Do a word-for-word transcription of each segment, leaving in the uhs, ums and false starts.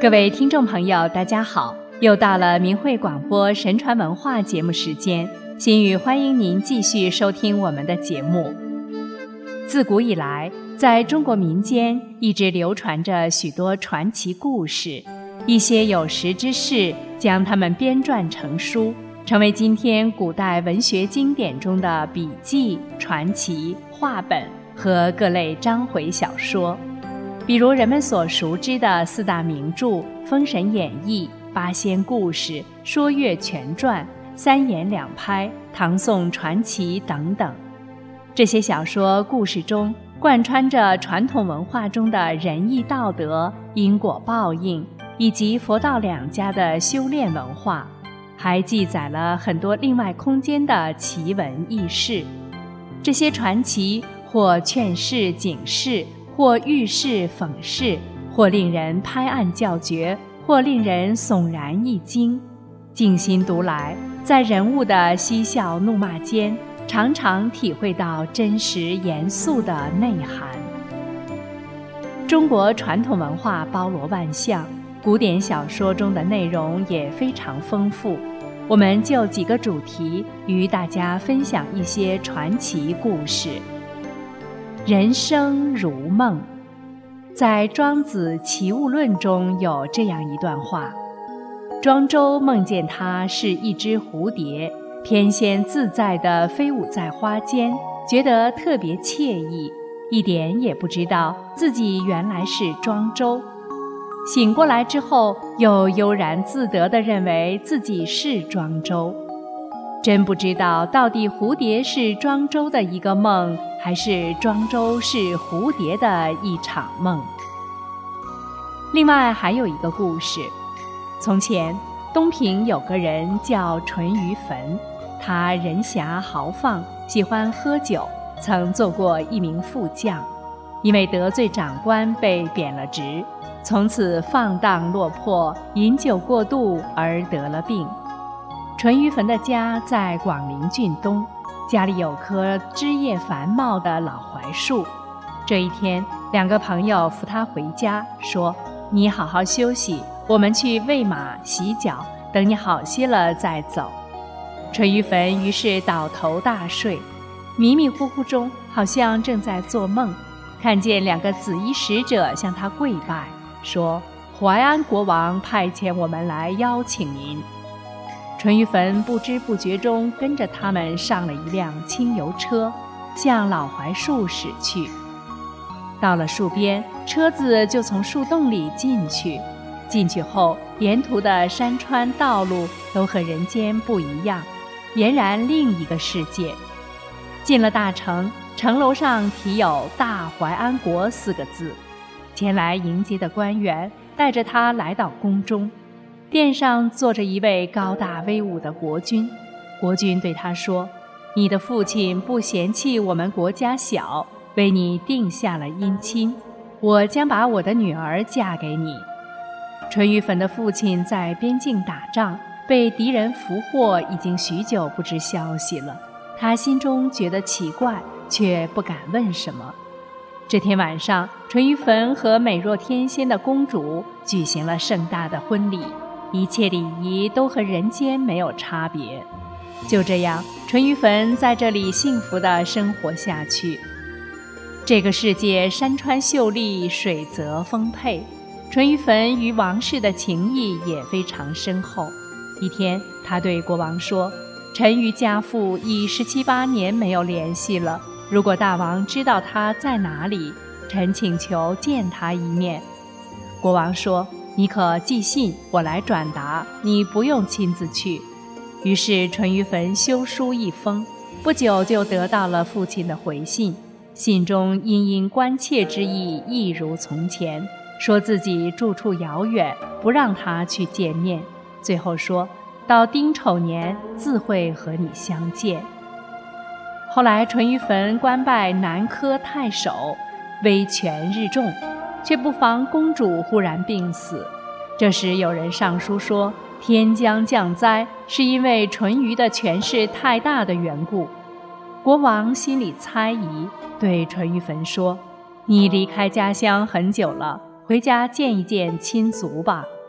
各位听众朋友，大家好，又到了明慧广播神传文化节目时间，心语欢迎您继续收听我们的节目。自古以来，在中国民间一直流传着许多传奇故事，一些有识之士将它们编撰成书，成为今天古代文学经典中的笔记、传奇、话本和各类章回小说。比如人们所熟知的四大名著《封神演义》、八仙故事、说岳全传、三言两拍、唐宋传奇等等。这些小说故事中贯穿着传统文化中的仁义道德、因果报应，以及佛道两家的修炼文化，还记载了很多另外空间的奇闻异事。这些传奇或劝世警示，或喻世讽世，或令人拍案叫绝，或令人悚然一惊。静心读来，在人物的嬉笑怒骂间，常常体会到真实严肃的内涵。中国传统文化包罗万象，古典小说中的内容也非常丰富。我们就几个主题与大家分享一些传奇故事。人生如梦，在庄子齐物论中有这样一段话：庄周梦见他是一只蝴蝶，翩跹自在地飞舞在花间，觉得特别惬意，一点也不知道自己原来是庄周。醒过来之后，又悠然自得地认为自己是庄周。真不知道到底蝴蝶是庄周的一个梦，还是庄周是蝴蝶的一场梦。另外还有一个故事，从前东平有个人叫淳于棼，他人侠豪放，喜欢喝酒，曾做过一名副将，因为得罪长官被贬了职，从此放荡落魄，饮酒过度而得了病。淳于棼的家在广陵郡东，家里有棵枝叶繁茂的老槐树。这一天，两个朋友扶他回家，说：你好好休息，我们去喂马洗脚，等你好些了再走。淳于棼于是倒头大睡，迷迷糊糊中好像正在做梦，看见两个紫衣使者向他跪拜，说：淮安国王派遣我们来邀请您。淳于棼不知不觉中跟着他们上了一辆轻油车，向老槐树驶去。到了树边，车子就从树洞里进去。进去后，沿途的山川道路都和人间不一样，俨然另一个世界。进了大城，城楼上题有大淮安国四个字。前来迎接的官员带着他来到宫中，殿上坐着一位高大威武的国君。国君对他说：你的父亲不嫌弃我们国家小，为你定下了姻亲，我将把我的女儿嫁给你。淳于棼的父亲在边境打仗，被敌人俘获，已经许久不知消息了。他心中觉得奇怪，却不敢问什么。这天晚上，淳于棼和美若天仙的公主举行了盛大的婚礼，一切礼仪都和人间没有差别。就这样，淳于棼在这里幸福地生活下去。这个世界山川秀丽，水泽丰沛，淳于棼与王室的情谊也非常深厚。一天，他对国王说：臣与家父已十七八年没有联系了，如果大王知道他在哪里，臣请求见他一面。国王说：你可寄信，我来转达，你不用亲自去。于是淳于棼修书一封，不久就得到了父亲的回信。信中殷殷关切之意一如从前，说自己住处遥远，不让他去见面。最后说到丁丑年自会和你相见。后来淳于棼官拜南柯太守，威权日重，却不妨公主忽然病死。这时有人上书说，天将降灾是因为淳于的权势太大的缘故。国王心里猜疑，对淳于棼说：你离开家乡很久了，回家见一见亲族吧。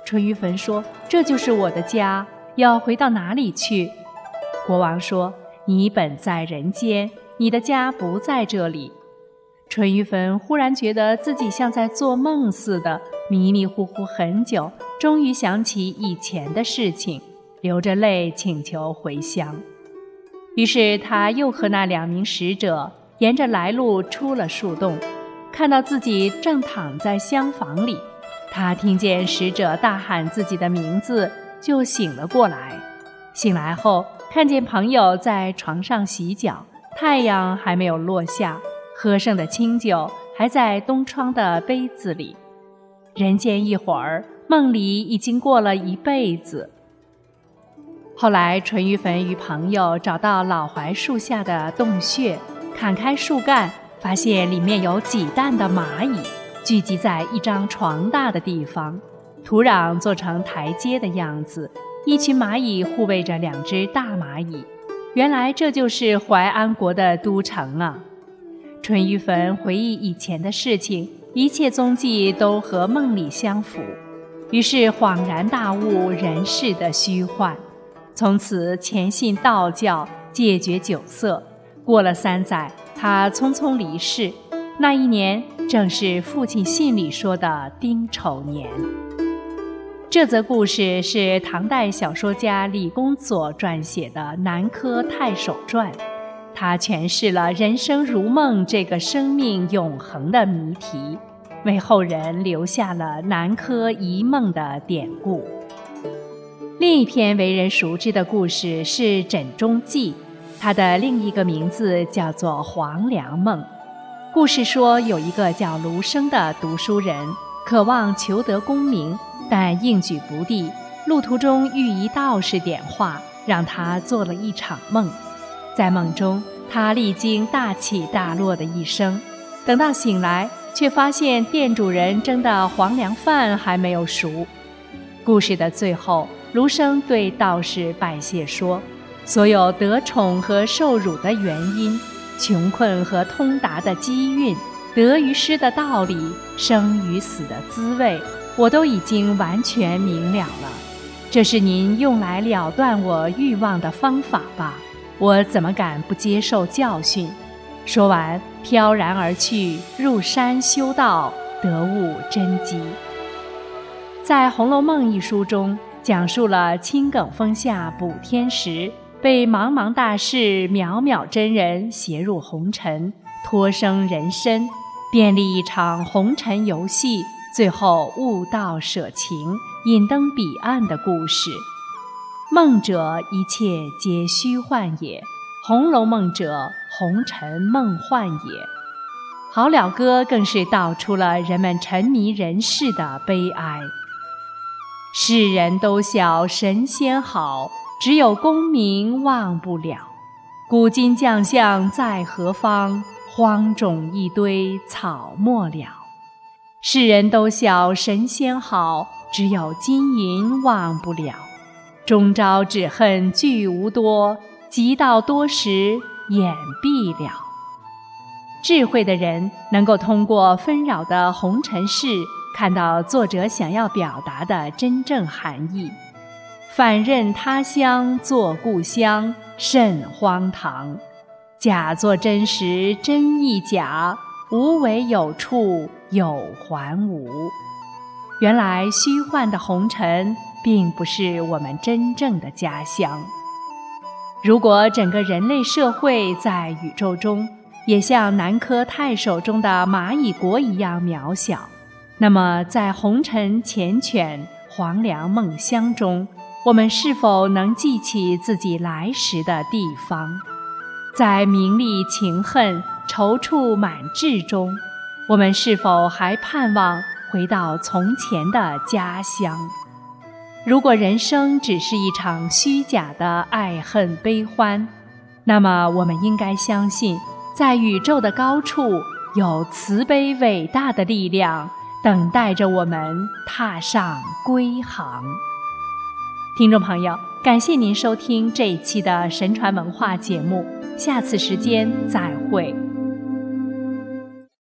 淳于棼说：“这就是我的家，要回到哪里去？”国王说：“你本在人间，你的家不在这里。”淳于棼忽然觉得自己像在做梦似的，迷迷糊糊很久，终于想起以前的事情，流着泪请求回乡。于是他又和那两名使者沿着来路出了树洞，看到自己正躺在厢房里，他听见使者大喊自己的名字，就醒了过来。醒来后，看见朋友在床上洗脚，太阳还没有落下，喝剩的清酒还在东窗的杯子里。人间一会儿，梦里已经过了一辈子。后来淳于棼与朋友找到老槐树下的洞穴，砍开树干，发现里面有几担的蚂蚁聚集在一张床大的地方，土壤做成台阶的样子，一群蚂蚁护卫着两只大蚂蚁。原来这就是淮安国的都城啊！淳于棼回忆以前的事情，一切踪迹都和梦里相符，于是恍然大悟人世的虚幻。从此潜信道教，戒绝酒色。过了三载，他匆匆离世。那一年正是父亲信里说的丁丑年。这则故事是唐代小说家李公佐撰写的《南柯太守传》，他诠释了人生如梦这个生命永恒的谜题，为后人留下了南柯一梦的典故。另一篇为人熟知的故事是《枕中记》，它的另一个名字叫做《黄粱梦》。故事说，有一个叫卢生的读书人，渴望求得功名，但应举不第。路途中遇一道士点化，让他做了一场梦。在梦中，他历经大起大落的一生，等到醒来，却发现店主人蒸的黄粱饭还没有熟。故事的最后，卢生对道士拜谢说，所有得宠和受辱的原因，穷困和通达的机运，得与失的道理，生与死的滋味，我都已经完全明了了。这是您用来了断我欲望的方法吧？我怎么敢不接受教训？说完，飘然而去，入山修道，得悟真机。在《红楼梦》一书中，讲述了青埂峰下补天时，被茫茫大士渺渺真人携入红尘，托生人身，便立一场红尘游戏，最后悟道舍情，引登彼岸的故事。梦者，一切皆虚幻也；红楼梦者，红尘梦幻也。好了歌更是道出了人们沉迷人世的悲哀。世人都晓神仙好，只有功名忘不了。古今将相在何方？荒冢一堆草没了。世人都晓神仙好，只有金银忘不了。终朝只恨聚无多，及到多时眼闭了。智慧的人能够通过纷扰的红尘事，看到作者想要表达的真正含义。反认他乡作故乡，甚荒唐。假作真时真亦假，无为有处有还无。原来虚幻的红尘并不是我们真正的家乡。如果整个人类社会在宇宙中也像南柯太守中的蚂蚁国一样渺小，那么在红尘缱绻、黄粱梦乡中，我们是否能记起自己来时的地方？在名利情恨、踌躇满志中，我们是否还盼望回到从前的家乡？如果人生只是一场虚假的爱恨悲欢，那么我们应该相信，在宇宙的高处有慈悲伟大的力量等待着我们踏上归航。听众朋友，感谢您收听这一期的神传文化节目，下次时间再会。